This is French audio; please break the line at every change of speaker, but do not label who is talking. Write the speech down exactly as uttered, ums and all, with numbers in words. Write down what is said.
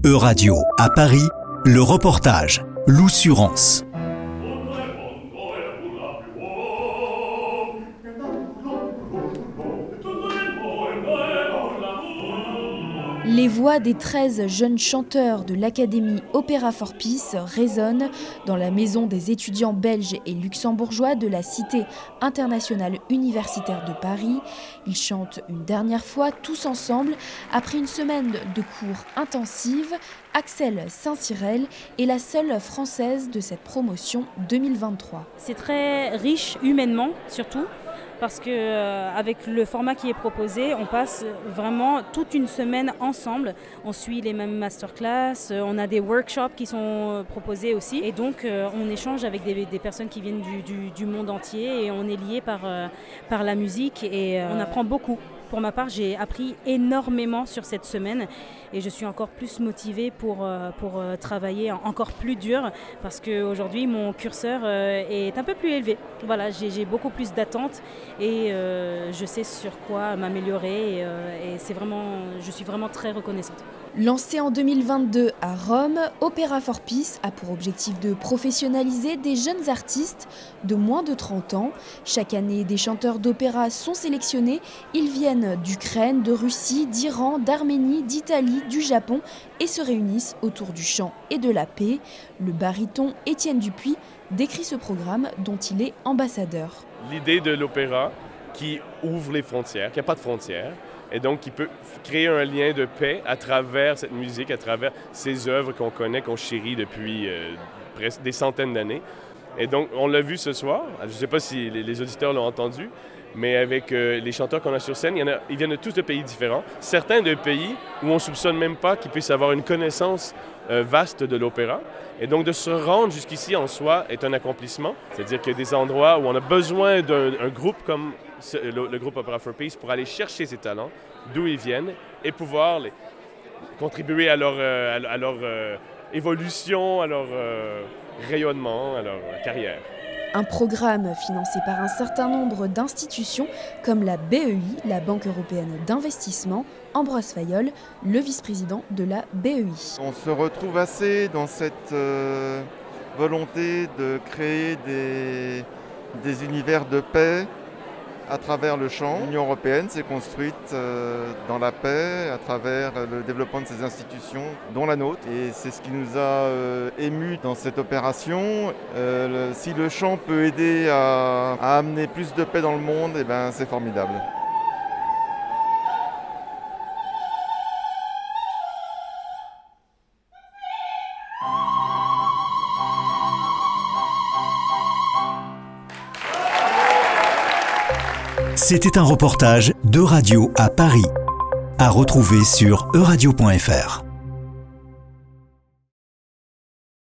E-Radio à Paris, le reportage L'Oussurance.
Les voix des treize jeunes chanteurs de l'Académie Opéra for Peace résonnent dans la maison des étudiants belges et luxembourgeois de la Cité internationale universitaire de Paris. Ils chantent une dernière fois tous ensemble après une semaine de cours intensive. Axelle Saint-Cyrel est la seule française de cette promotion deux mille vingt-trois.
C'est très riche humainement surtout. Parce qu'avec euh, le format qui est proposé, on passe vraiment toute une semaine ensemble. On suit les mêmes masterclass, euh, on a des workshops qui sont proposés aussi. Et donc euh, on échange avec des, des personnes qui viennent du, du, du monde entier et on est liés par, euh, par la musique et euh, on apprend beaucoup. Pour ma part, j'ai appris énormément sur cette semaine et je suis encore plus motivée pour, pour travailler encore plus dur parce qu'aujourd'hui, mon curseur est un peu plus élevé. Voilà, j'ai, j'ai beaucoup plus d'attentes et euh, je sais sur quoi m'améliorer et, euh, et c'est vraiment, je suis vraiment très reconnaissante.
Lancé en deux mille vingt-deux à Rome, Opéra for Peace a pour objectif de professionnaliser des jeunes artistes de moins de trente ans. Chaque année, des chanteurs d'opéra sont sélectionnés. Ils viennent d'Ukraine, de Russie, d'Iran, d'Arménie, d'Italie, du Japon et se réunissent autour du chant et de la paix. Le baryton Étienne Dupuis décrit ce programme dont il est ambassadeur.
L'idée de l'opéra qui ouvre les frontières, qui n'a pas de frontières, et donc qui peut créer un lien de paix à travers cette musique, à travers ces œuvres qu'on connaît, qu'on chérit depuis euh, presque des centaines d'années. Et donc, on l'a vu ce soir, je ne sais pas si les, les auditeurs l'ont entendu, mais avec euh, les chanteurs qu'on a sur scène, il y en a, ils viennent de tous de pays différents. Certains de pays où on ne soupçonne même pas qu'ils puissent avoir une connaissance euh, vaste de l'opéra. Et donc, de se rendre jusqu'ici en soi est un accomplissement. C'est-à-dire qu'il y a des endroits où on a besoin d'un un groupe comme ce, le, le groupe Opéra for Peace pour aller chercher ces talents, d'où ils viennent, et pouvoir les, contribuer à leur, euh, à leur euh, évolution, à leur euh, rayonnement, à leur carrière.
Un programme financé par un certain nombre d'institutions comme la B E I, la Banque européenne d'investissement. Ambroise Fayol, le vice-président de la B E I.
On se retrouve assez dans cette euh, volonté de créer des, des univers de paix à travers le chant. L'Union européenne s'est construite euh, dans la paix à travers le développement de ses institutions, dont la nôtre. Et c'est ce qui nous a euh, émus dans cette opération. Euh, le, si le chant peut aider à, à amener plus de paix dans le monde, eh ben, c'est formidable.
C'était un reportage d'E-Radio à Paris, à retrouver sur e radio point f r.